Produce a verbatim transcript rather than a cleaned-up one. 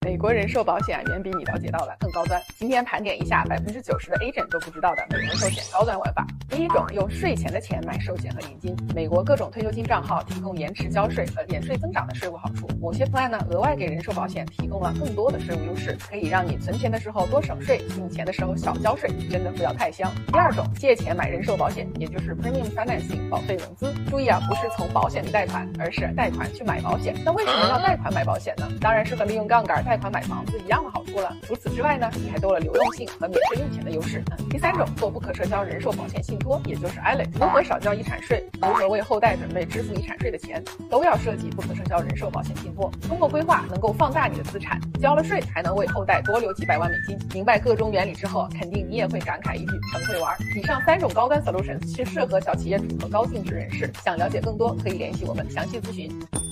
美国人寿保险远比你了解到的更高端。今天盘点一下百分之九十的 agent 都不知道的美国寿险高端玩法。第一种，用税前的钱买寿险和年金。美国各种退休金账号提供延迟交税和免税增长的税务好处，某些 plan 呢额外给人寿保险提供了更多的税务优势，可以让你存钱的时候多省税，用钱的时候少交税，真的不要太香。第二种，借钱买人寿保险，也就是 premium financing 保费融资。注意啊，不是从保险里贷款，而是贷款去买保险。那为什么要贷款买保险呢？当然是和利用杠杆贷款买房子一样的好处了。除此之外呢，你还多了流动性和免税用钱的优势。第三种，做不可撤销人寿保险信托，也就是 I L I T。如何少交遗产税，如何为后代准备支付遗产税的钱，都要设计不可撤销人寿保险信托。通过规划能够放大你的资产，交了税还能为后代多留几百万美金。明白各种原理之后，肯定你也会感慨一句很会玩。以上三种高端 solutions 是适合小企业主和高净值人士，想了解更多可以联系我们详细咨询。